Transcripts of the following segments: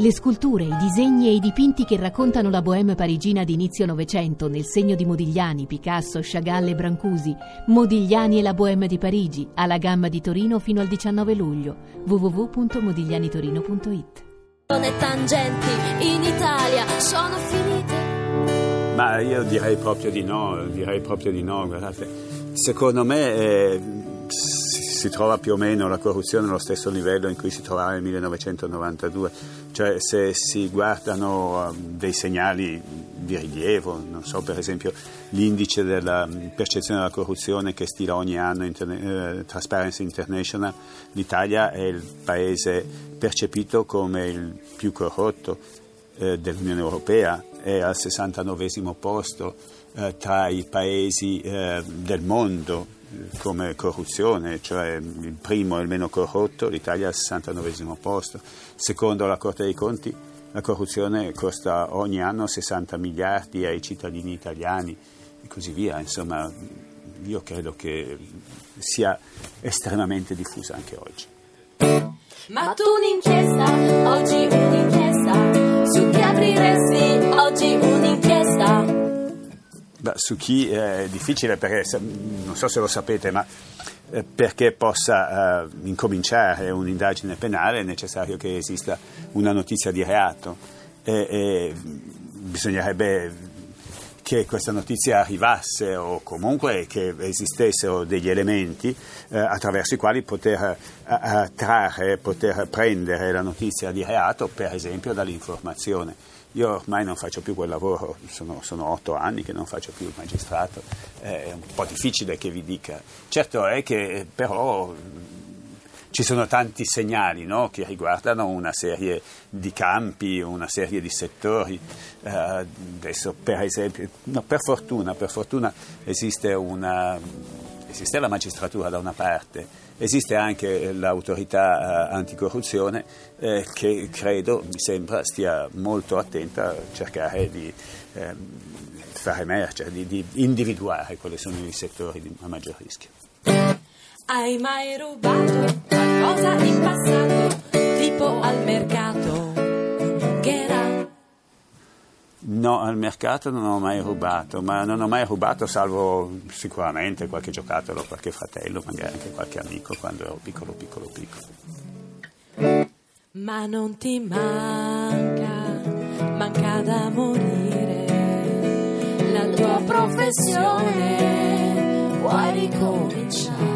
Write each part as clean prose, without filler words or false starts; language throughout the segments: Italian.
Le sculture, i disegni e i dipinti che raccontano la bohème parigina di inizio Novecento nel segno di Modigliani, Picasso, Chagall e Brancusi. Modigliani e la bohème di Parigi, alla Gamma di Torino fino al 19 luglio. www.modiglianitorino.it. Le tangenti in Italia sono finite. Ma io direi proprio di no, guardate. Secondo me si trova più o meno la corruzione allo stesso livello in cui si trovava nel 1992, cioè se si guardano dei segnali di rilievo, non so, per esempio l'indice della percezione della corruzione che stila ogni anno Transparency International, l'Italia è il paese percepito come il più corrotto dell'Unione Europea, è al 69esimo posto tra i paesi del mondo come corruzione, cioè il primo e il meno corrotto, l'Italia è al 69esimo posto. Secondo la Corte dei Conti la corruzione costa ogni anno 60 miliardi ai cittadini italiani e così via. Insomma, io credo che sia estremamente diffusa anche oggi. Ma tu un'inchiesta, oggi un'inchiesta, su chi apriresti oggi un'inchiesta? Beh, su chi è difficile, perché non so se lo sapete, ma perché possa incominciare un'indagine penale è necessario che esista una notizia di reato e bisognerebbe che questa notizia arrivasse o comunque che esistessero degli elementi attraverso i quali poter trarre, poter prendere la notizia di reato, per esempio dall'informazione. Io ormai non faccio più quel lavoro, sono 8 anni che non faccio più il magistrato, è un po' difficile che vi dica. Certo è che però ci sono tanti segnali, no, che riguardano una serie di campi, una serie di settori. Adesso per esempio, no, per fortuna esiste la magistratura da una parte, esiste anche l'autorità anticorruzione che credo, mi sembra, stia molto attenta a cercare di far emergere, di individuare quali sono i settori a maggior rischio. Hai mai rubato qualcosa in passato, tipo al mercato? Che era? No, al mercato non ho mai rubato, ma non ho mai rubato salvo sicuramente qualche giocattolo, qualche fratello, magari anche qualche amico quando ero piccolo. Ma non ti manca da morire la tua professione, vuoi ricominciare?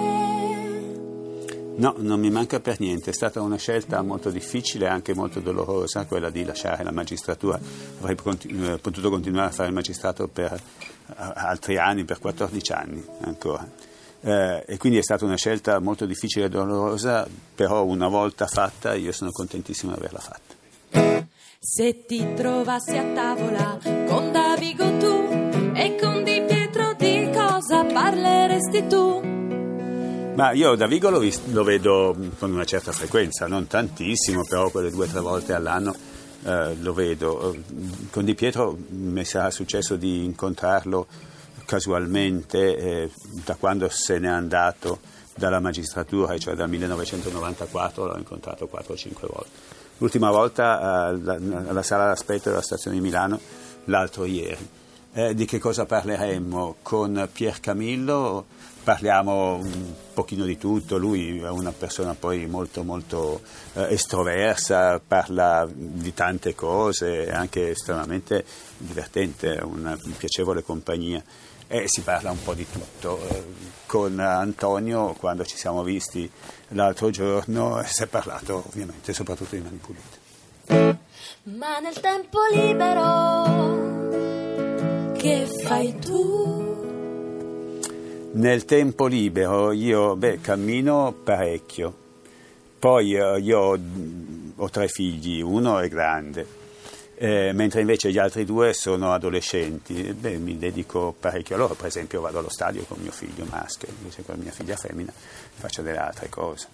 No, non mi manca per niente, è stata una scelta molto difficile e anche molto dolorosa quella di lasciare la magistratura. Avrei potuto continuare a fare il magistrato per altri anni, per 14 anni ancora. E quindi è stata una scelta molto difficile e dolorosa, però una volta fatta io sono contentissimo di averla fatta. Se ti trovassi a tavola con Davigo tu e con Di Pietro, di cosa parleresti tu? Ma io Davigo lo vedo con una certa frequenza, non tantissimo, però quelle 2 o 3 volte all'anno lo vedo. Con Di Pietro mi sarà successo di incontrarlo casualmente da quando se n'è andato dalla magistratura, cioè dal 1994 l'ho incontrato 4 o 5 volte. L'ultima volta alla sala d'aspetto della stazione di Milano l'altro ieri. Di che cosa parleremmo? Con Pier Camillo parliamo un pochino di tutto, lui è una persona poi molto estroversa, parla di tante cose, è anche estremamente divertente, è una piacevole compagnia e si parla un po' di tutto. Con Antonio, quando ci siamo visti l'altro giorno, si è parlato ovviamente soprattutto di Mani Pulite. Ma nel tempo libero che fai tu? Nel tempo libero io cammino parecchio, poi io ho 3 figli, uno è grande, mentre invece gli altri 2 sono adolescenti, mi dedico parecchio a loro. Per esempio vado allo stadio con mio figlio maschio, invece con mia figlia femmina faccio delle altre cose.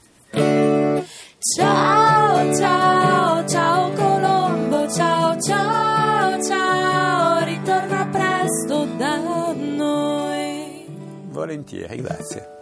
Ciao ciao ciao Colombo, ciao ciao ciao, ritorna presto da noi. Volentieri, grazie.